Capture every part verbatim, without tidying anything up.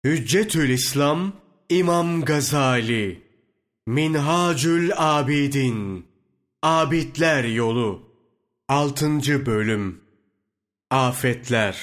Hüccetül İslam İmam Gazali Minhacül Abidin Abidler Yolu altıncı. Bölüm Afetler.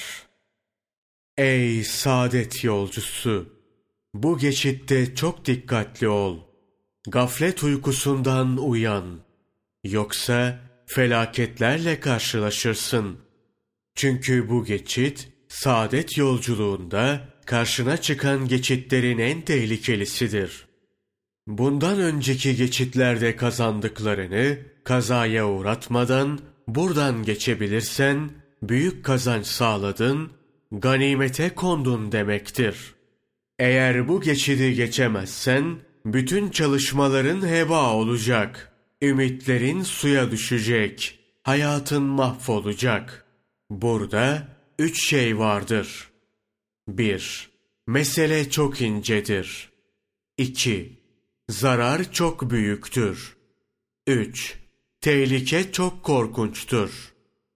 Ey saadet yolcusu! Bu geçitte çok dikkatli ol. Gaflet uykusundan uyan. Yoksa felaketlerle karşılaşırsın. Çünkü bu geçit, saadet yolculuğunda karşına çıkan geçitlerin en tehlikelisidir. Bundan önceki geçitlerde kazandıklarını kazaya uğratmadan buradan geçebilirsen, büyük kazanç sağladın, ganimete kondun demektir. Eğer bu geçidi geçemezsen, bütün çalışmaların heba olacak, ümitlerin suya düşecek, hayatın mahvolacak. Burada üç şey vardır. bir. Mesele çok incedir. iki. Zarar çok büyüktür. üç. Tehlike çok korkunçtur.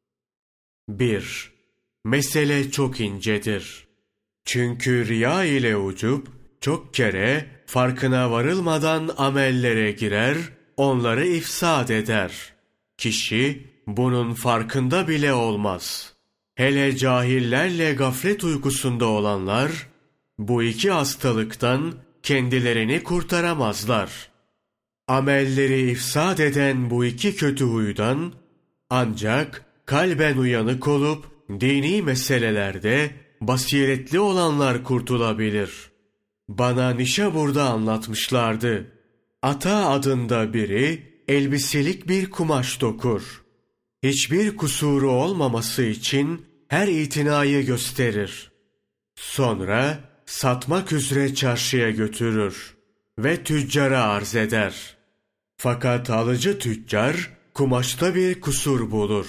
bir. Mesele çok incedir. Çünkü riya ile ucup çok kere farkına varılmadan amellere girer, onları ifsad eder. Kişi bunun farkında bile olmaz. Hele cahillerle gaflet uykusunda olanlar, bu iki hastalıktan kendilerini kurtaramazlar. Amelleri ifsad eden bu iki kötü huydan, ancak kalben uyanık olup, dini meselelerde basiretli olanlar kurtulabilir. Bana Nişabur'da anlatmışlardı. Ata adında biri, elbiselik bir kumaş dokur. Hiçbir kusuru olmaması için her itinayı gösterir. Sonra satmak üzere çarşıya götürür ve tüccara arz eder. Fakat alıcı tüccar kumaşta bir kusur bulur.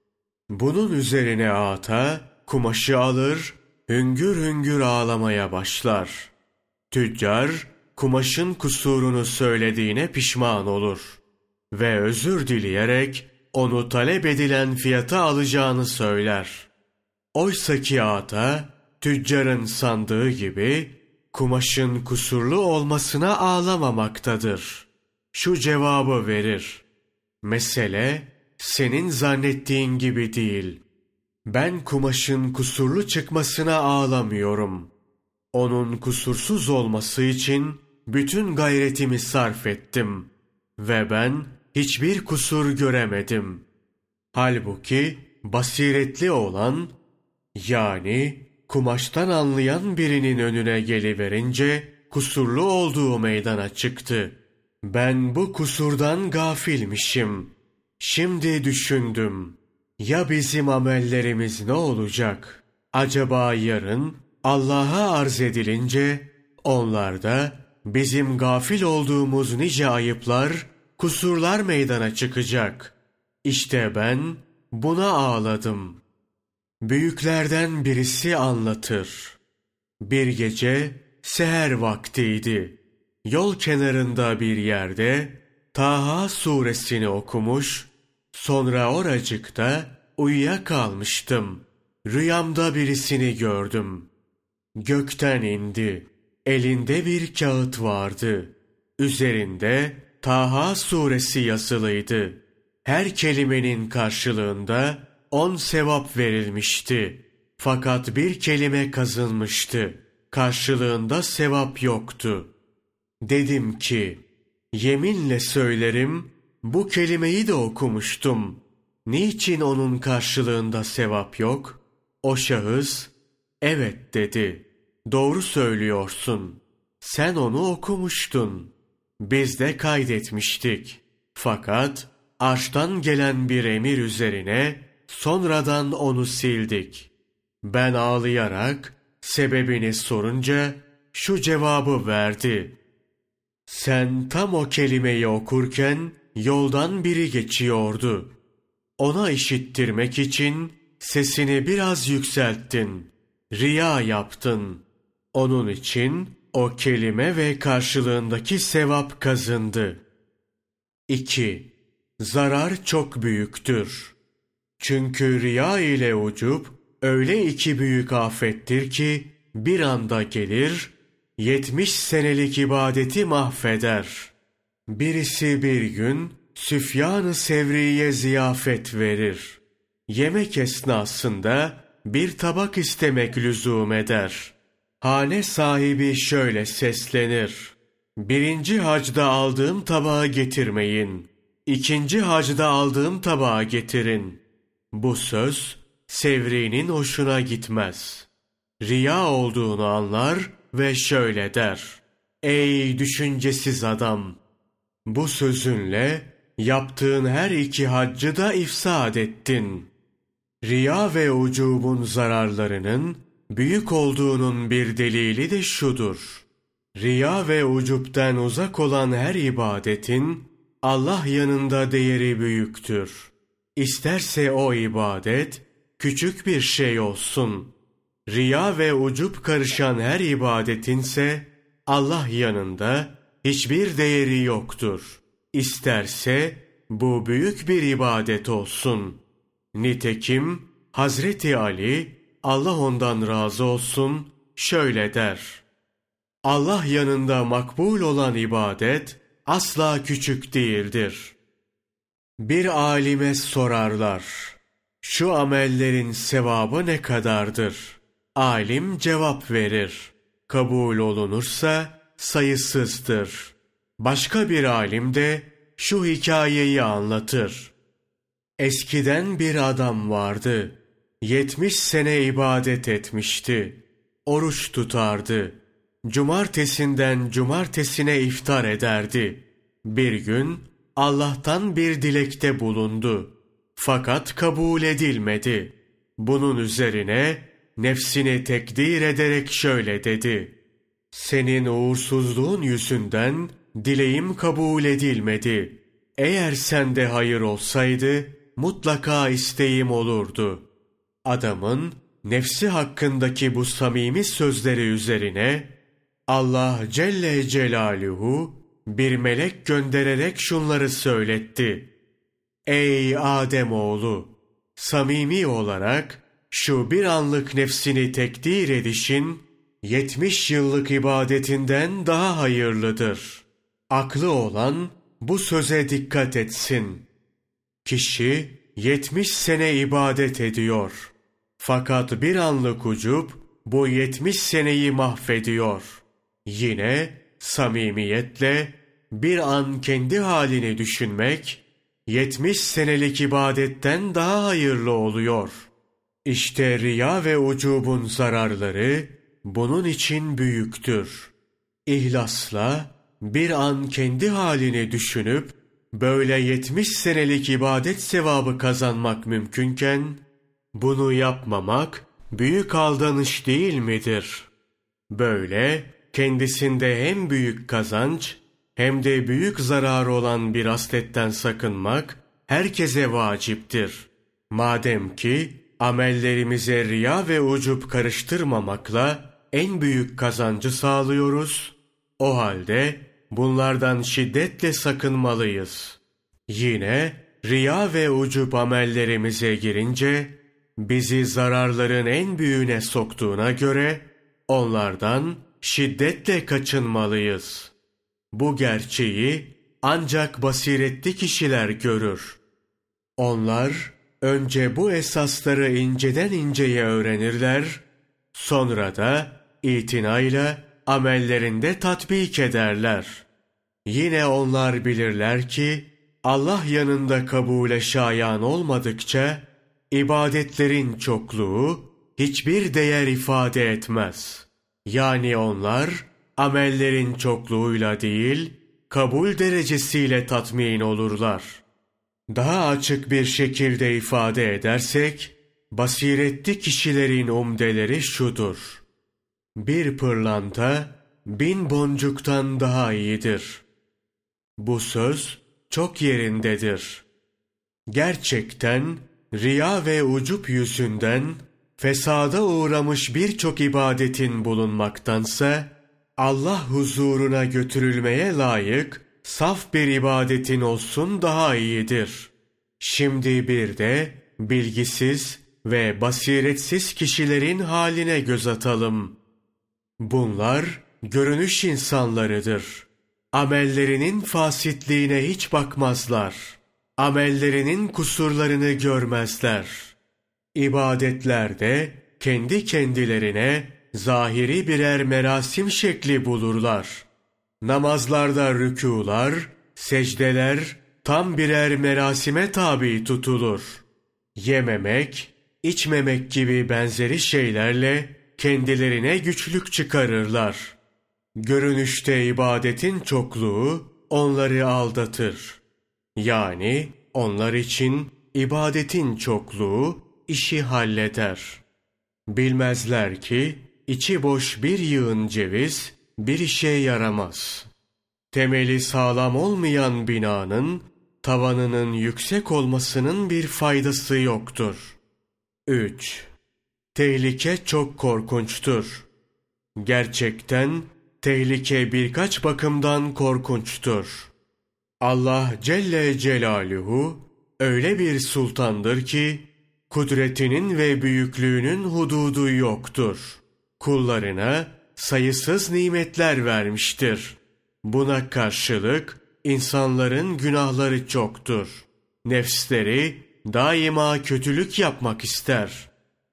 Bunun üzerine ata kumaşı alır, hüngür hüngür ağlamaya başlar. Tüccar kumaşın kusurunu söylediğine pişman olur ve özür dileyerek onu talep edilen fiyata alacağını söyler. Oysaki ata, tüccarın sandığı gibi kumaşın kusurlu olmasına ağlamamaktadır. Şu cevabı verir: mesele senin zannettiğin gibi değil. Ben kumaşın kusurlu çıkmasına ağlamıyorum. Onun kusursuz olması için bütün gayretimi sarf ettim ve ben hiçbir kusur göremedim. Halbuki basiretli olan, yani kumaştan anlayan birinin önüne geliverince kusurlu olduğu meydana çıktı. Ben bu kusurdan gafilmişim. Şimdi düşündüm. Ya bizim amellerimiz ne olacak? Acaba yarın Allah'a arz edilince onlarda bizim gafil olduğumuz nice ayıplar, kusurlar meydana çıkacak. İşte ben buna ağladım. Büyüklerden birisi anlatır. Bir gece seher vaktiydi. Yol kenarında bir yerde Taha suresini okumuş, sonra oracıkta uyuyakalmıştım. Rüyamda birisini gördüm. Gökten indi. Elinde bir kağıt vardı. Üzerinde Taha suresi yazılıydı. Her kelimenin karşılığında on sevap verilmişti. Fakat bir kelime kazınmıştı. Karşılığında sevap yoktu. Dedim ki, yeminle söylerim, bu kelimeyi de okumuştum. Niçin onun karşılığında sevap yok? O şahıs, evet dedi. Doğru söylüyorsun. Sen onu okumuştun. Biz de kaydetmiştik. Fakat arştan gelen bir emir üzerine sonradan onu sildik. Ben ağlayarak sebebini sorunca şu cevabı verdi: sen tam o kelimeyi okurken yoldan biri geçiyordu. Ona işittirmek için sesini biraz yükselttin. Riya yaptın. Onun için o kelime ve karşılığındaki sevap kazındı. iki. Zarar çok büyüktür. Çünkü riya ile ucup öyle iki büyük afettir ki bir anda gelir, yetmiş senelik ibadeti mahveder. Birisi bir gün Süfyan-ı Sevri'ye ziyafet verir. Yemek esnasında bir tabak istemek lüzum eder. Hane sahibi şöyle seslenir: birinci hacda aldığım tabağı getirmeyin, ikinci hacda aldığım tabağı getirin. Bu söz Sevri'nin hoşuna gitmez. Riya olduğunu anlar ve şöyle der: ey düşüncesiz adam! Bu sözünle yaptığın her iki haccı da ifsad ettin. Riya ve ucubun zararlarının büyük olduğunun bir delili de şudur: riya ve ucupten uzak olan her ibadetin Allah yanında değeri büyüktür. İsterse o ibadet küçük bir şey olsun. Riya ve ucup karışan her ibadetinse Allah yanında hiçbir değeri yoktur. İsterse bu büyük bir ibadet olsun. Nitekim Hazreti Ali, Allah ondan razı olsun, şöyle der: Allah yanında makbul olan ibadet asla küçük değildir. Bir alime sorarlar: şu amellerin sevabı ne kadardır? Alim cevap verir: kabul olunursa sayısızdır. Başka bir alim de şu hikayeyi anlatır: eskiden bir adam vardı. Yetmiş sene ibadet etmişti. Oruç tutardı. Cumartesinden cumartesine iftar ederdi. Bir gün Allah'tan bir dilekte bulundu. Fakat kabul edilmedi. Bunun üzerine nefsini tekdir ederek şöyle dedi: senin uğursuzluğun yüzünden dileğim kabul edilmedi. Eğer sende hayır olsaydı mutlaka isteğim olurdu. Adamın nefsi hakkındaki bu samimi sözleri üzerine Allah Celle Celaluhu bir melek göndererek şunları söyletti: ey Ademoğlu! Samimi olarak şu bir anlık nefsini tekdir edişin yetmiş yıllık ibadetinden daha hayırlıdır. Aklı olan bu söze dikkat etsin. Kişi yetmiş sene ibadet ediyor. Fakat bir anlık ucup bu yetmiş seneyi mahvediyor. Yine samimiyetle bir an kendi halini düşünmek yetmiş senelik ibadetten daha hayırlı oluyor. İşte riya ve ucubun zararları bunun için büyüktür. İhlasla bir an kendi halini düşünüp böyle yetmiş senelik ibadet sevabı kazanmak mümkünken bunu yapmamak büyük aldanış değil midir? Böyle kendisinde hem büyük kazanç hem de büyük zarar olan bir hasletten sakınmak herkese vaciptir. Madem ki amellerimize riya ve ucup karıştırmamakla en büyük kazancı sağlıyoruz, o halde bunlardan şiddetle sakınmalıyız. Yine riya ve ucup amellerimize girince bizi zararların en büyüğüne soktuğuna göre onlardan şiddetle kaçınmalıyız. Bu gerçeği ancak basiretli kişiler görür. Onlar önce bu esasları inceden inceye öğrenirler, sonra da itinayla amellerinde tatbik ederler. Yine onlar bilirler ki Allah yanında kabule şayan olmadıkça ibadetlerin çokluğu hiçbir değer ifade etmez. Yani onlar amellerin çokluğuyla değil, kabul derecesiyle tatmin olurlar. Daha açık bir şekilde ifade edersek, basiretli kişilerin umdeleri şudur: bir pırlanta bin boncuktan daha iyidir. Bu söz çok yerindedir. Gerçekten riya ve ucup yüzünden fesada uğramış birçok ibadetin bulunmaktansa Allah huzuruna götürülmeye layık saf bir ibadetin olsun daha iyidir. Şimdi bir de bilgisiz ve basiretsiz kişilerin haline göz atalım. Bunlar görünüş insanlarıdır. Amellerinin fasitliğine hiç bakmazlar. Amellerinin kusurlarını görmezler. İbadetlerde kendi kendilerine zahiri birer merasim şekli bulurlar. Namazlarda rükûlar, secdeler tam birer merasime tabi tutulur. Yememek, içmemek gibi benzeri şeylerle kendilerine güçlük çıkarırlar. Görünüşte ibadetin çokluğu onları aldatır. Yani onlar için ibadetin çokluğu işi halleder. Bilmezler ki içi boş bir yığın ceviz bir işe yaramaz. Temeli sağlam olmayan binanın tavanının yüksek olmasının bir faydası yoktur. üç. Tehlike çok korkunçtur. Gerçekten tehlike birkaç bakımdan korkunçtur. Allah Celle Celaluhu öyle bir sultandır ki kudretinin ve büyüklüğünün hududu yoktur. Kullarına sayısız nimetler vermiştir. Buna karşılık insanların günahları çoktur. Nefsleri daima kötülük yapmak ister.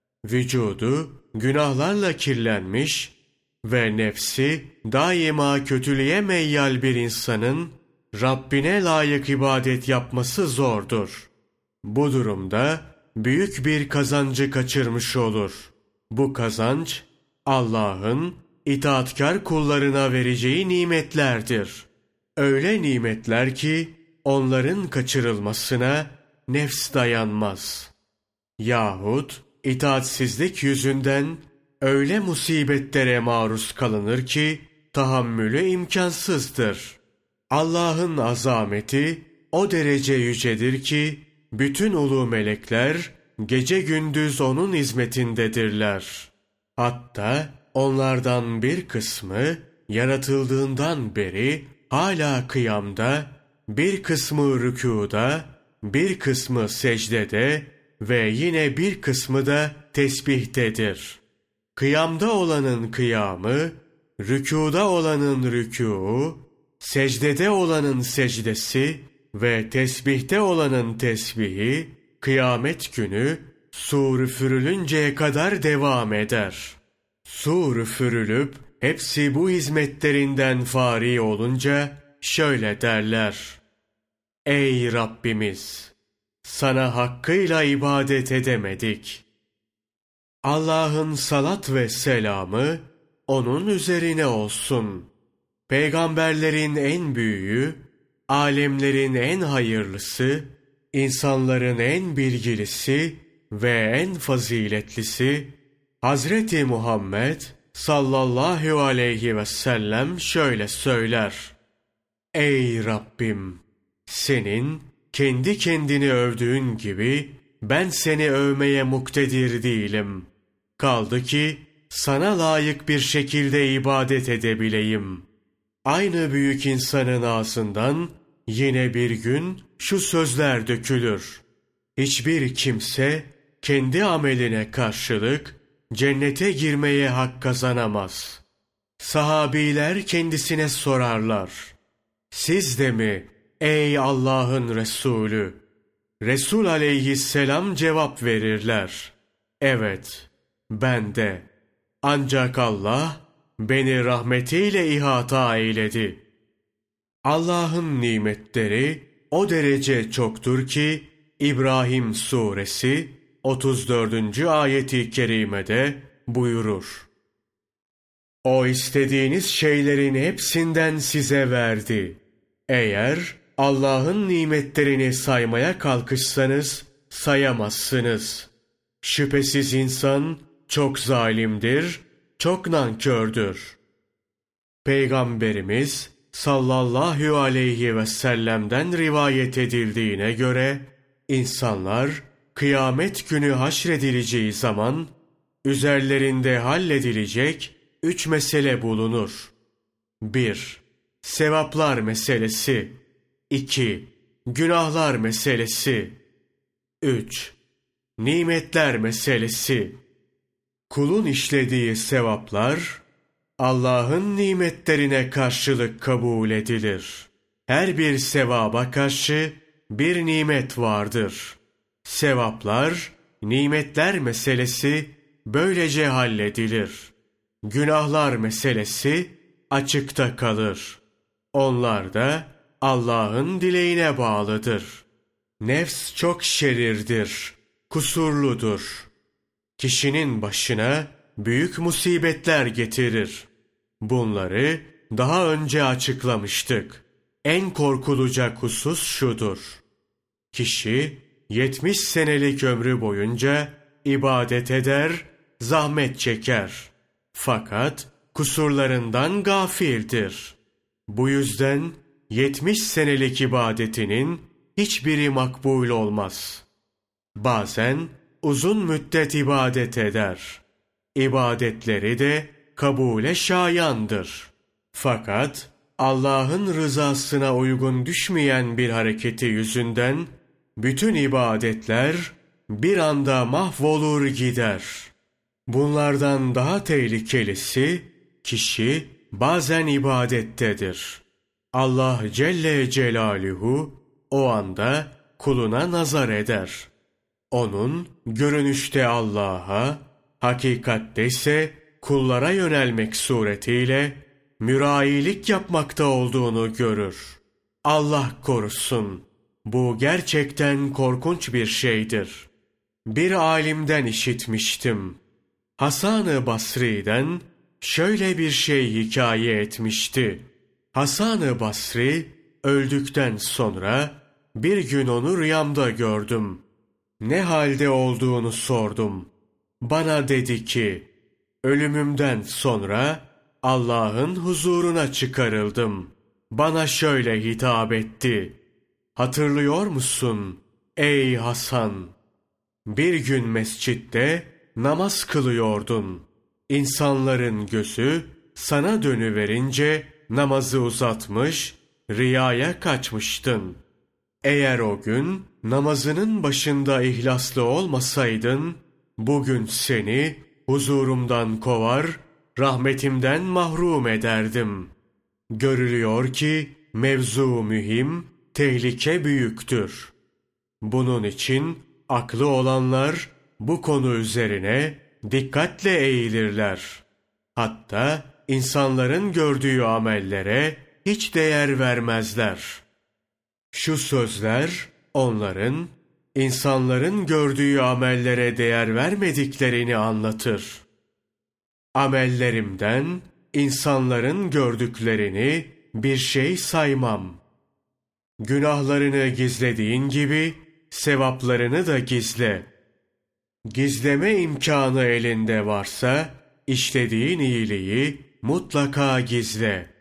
Vücudu günahlarla kirlenmiş ve nefsi daima kötülüğe meyyal bir insanın Rabbine layık ibadet yapması zordur. Bu durumda büyük bir kazancı kaçırmış olur. Bu kazanç Allah'ın itaatkar kullarına vereceği nimetlerdir. Öyle nimetler ki onların kaçırılmasına nefs dayanmaz. Yahut itaatsizlik yüzünden öyle musibetlere maruz kalınır ki tahammülü imkansızdır. Allah'ın azameti o derece yücedir ki bütün ulu melekler gece gündüz onun hizmetindedirler. Hatta onlardan bir kısmı yaratıldığından beri hala kıyamda, bir kısmı rükûda, bir kısmı secdede ve yine bir kısmı da tesbihdedir. Kıyamda olanın kıyamı, rükûda olanın rükûu, secdede olanın secdesi ve tesbihte olanın tesbihi, kıyamet günü sur üfürülünceye kadar devam eder. Sur üfürülüp hepsi bu hizmetlerinden fari olunca şöyle derler: Ey Rabbimiz! Sana hakkıyla ibadet edemedik. Allah'ın salat ve selamı onun üzerine olsun. Peygamberlerin en büyüğü, alemlerin en hayırlısı, insanların en bilgilisi ve en faziletlisi Hazreti Muhammed sallallahu aleyhi ve sellem şöyle söyler: Ey Rabbim! Senin kendi kendini övdüğün gibi ben seni övmeye muktedir değilim. Kaldı ki sana layık bir şekilde ibadet edebileyim. Aynı büyük insanın ağzından yine bir gün şu sözler dökülür: Hiçbir kimse kendi ameline karşılık cennete girmeye hak kazanamaz. Sahabiler kendisine sorarlar: Siz de mi ey Allah'ın Resulü? Resul aleyhisselam cevap verirler: Evet, ben de. Ancak Allah beni rahmetiyle ihata eyledi. Allah'ın nimetleri o derece çoktur ki İbrahim suresi otuz dördüncü ayeti kerimede buyurur: O istediğiniz şeylerin hepsinden size verdi. Eğer Allah'ın nimetlerini saymaya kalkışsanız sayamazsınız. Şüphesiz insan çok zalimdir, çok nankördür. Peygamberimiz sallallahu aleyhi ve sellem'den rivayet edildiğine göre insanlar kıyamet günü haşredileceği zaman üzerlerinde halledilecek üç mesele bulunur. bir. Sevaplar meselesi. iki. Günahlar meselesi. üç. Nimetler meselesi. Kulun işlediği sevaplar, Allah'ın nimetlerine karşılık kabul edilir. Her bir sevaba karşı bir nimet vardır. Sevaplar, nimetler meselesi böylece halledilir. Günahlar meselesi açıkta kalır. Onlar da Allah'ın dileğine bağlıdır. Nefs çok şerirdir, kusurludur. Kişinin başına büyük musibetler getirir. Bunları daha önce açıklamıştık. En korkulacak husus şudur: kişi yetmiş senelik ömrü boyunca ibadet eder, zahmet çeker. Fakat kusurlarından gafildir. Bu yüzden yetmiş senelik ibadetinin hiçbiri makbul olmaz. Bazen uzun müddet ibadet eder. İbadetleri de kabule şayandır. Fakat Allah'ın rızasına uygun düşmeyen bir hareketi yüzünden bütün ibadetler bir anda mahvolur gider. Bunlardan daha tehlikelisi, kişi bazen ibadettedir. Allah Celle Celaluhu o anda kuluna nazar eder. Onun görünüşte Allah'a, hakikatte ise kullara yönelmek suretiyle mürayilik yapmakta olduğunu görür. Allah korusun. Bu gerçekten korkunç bir şeydir. Bir alimden işitmiştim. Hasan-ı Basri'den şöyle bir şey hikaye etmişti. Hasan-ı Basri öldükten sonra bir gün onu rüyamda gördüm. Ne halde olduğunu sordum. Bana dedi ki, ölümümden sonra Allah'ın huzuruna çıkarıldım. Bana şöyle hitap etti: hatırlıyor musun ey Hasan? Bir gün mescitte namaz kılıyordun. İnsanların gözü sana dönüverince namazı uzatmış, riyaya kaçmıştın. Eğer o gün namazının başında ihlaslı olmasaydın, bugün seni huzurumdan kovar, rahmetimden mahrum ederdim. Görülüyor ki mevzu mühim, tehlike büyüktür. Bunun için aklı olanlar bu konu üzerine dikkatle eğilirler. Hatta insanların gördüğü amellere hiç değer vermezler. Şu sözler onların insanların gördüğü amellere değer vermediklerini anlatır. Amellerimden insanların gördüklerini bir şey saymam. Günahlarını gizlediğin gibi sevaplarını da gizle. Gizleme imkanı elinde varsa işlediğin iyiliği mutlaka gizle.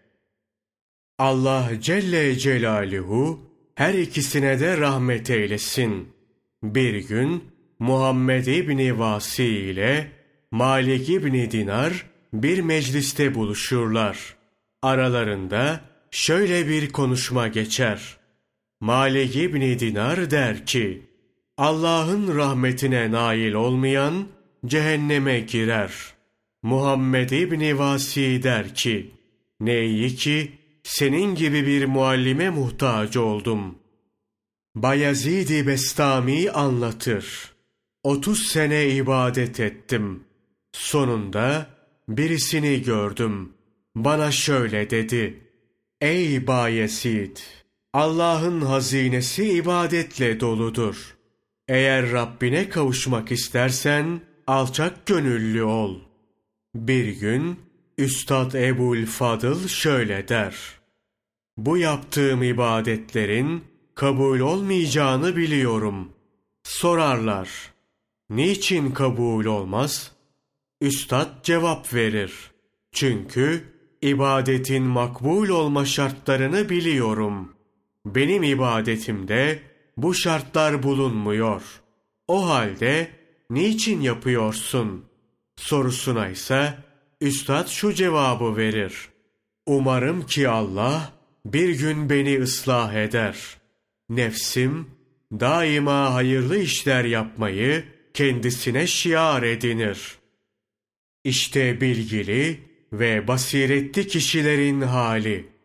Allah Celle Celaluhu her ikisine de rahmet eylesin. Bir gün Muhammed İbni Vasi ile Malik İbni Dinar bir mecliste buluşurlar. Aralarında şöyle bir konuşma geçer. Malik İbni Dinar der ki, Allah'ın rahmetine nail olmayan cehenneme girer. Muhammed İbni Vasi der ki, ne iyi ki senin gibi bir muallime muhtaç oldum. Bayezid-i Bestami anlatır. Otuz sene ibadet ettim. Sonunda birisini gördüm. Bana şöyle dedi: ey Bayezid, Allah'ın hazinesi ibadetle doludur. Eğer Rabbine kavuşmak istersen alçak gönüllü ol. Bir gün Üstad Ebul Fadıl şöyle der: bu yaptığım ibadetlerin kabul olmayacağını biliyorum. Sorarlar, niçin kabul olmaz? Üstad cevap verir: çünkü ibadetin makbul olma şartlarını biliyorum. Benim ibadetimde bu şartlar bulunmuyor. O halde niçin yapıyorsun? Sorusuna ise Üstad şu cevabı verir: umarım ki Allah bir gün beni ıslah eder. Nefsim daima hayırlı işler yapmayı kendisine şiar edinir. İşte bilgili, ve basiretli kişilerin hali.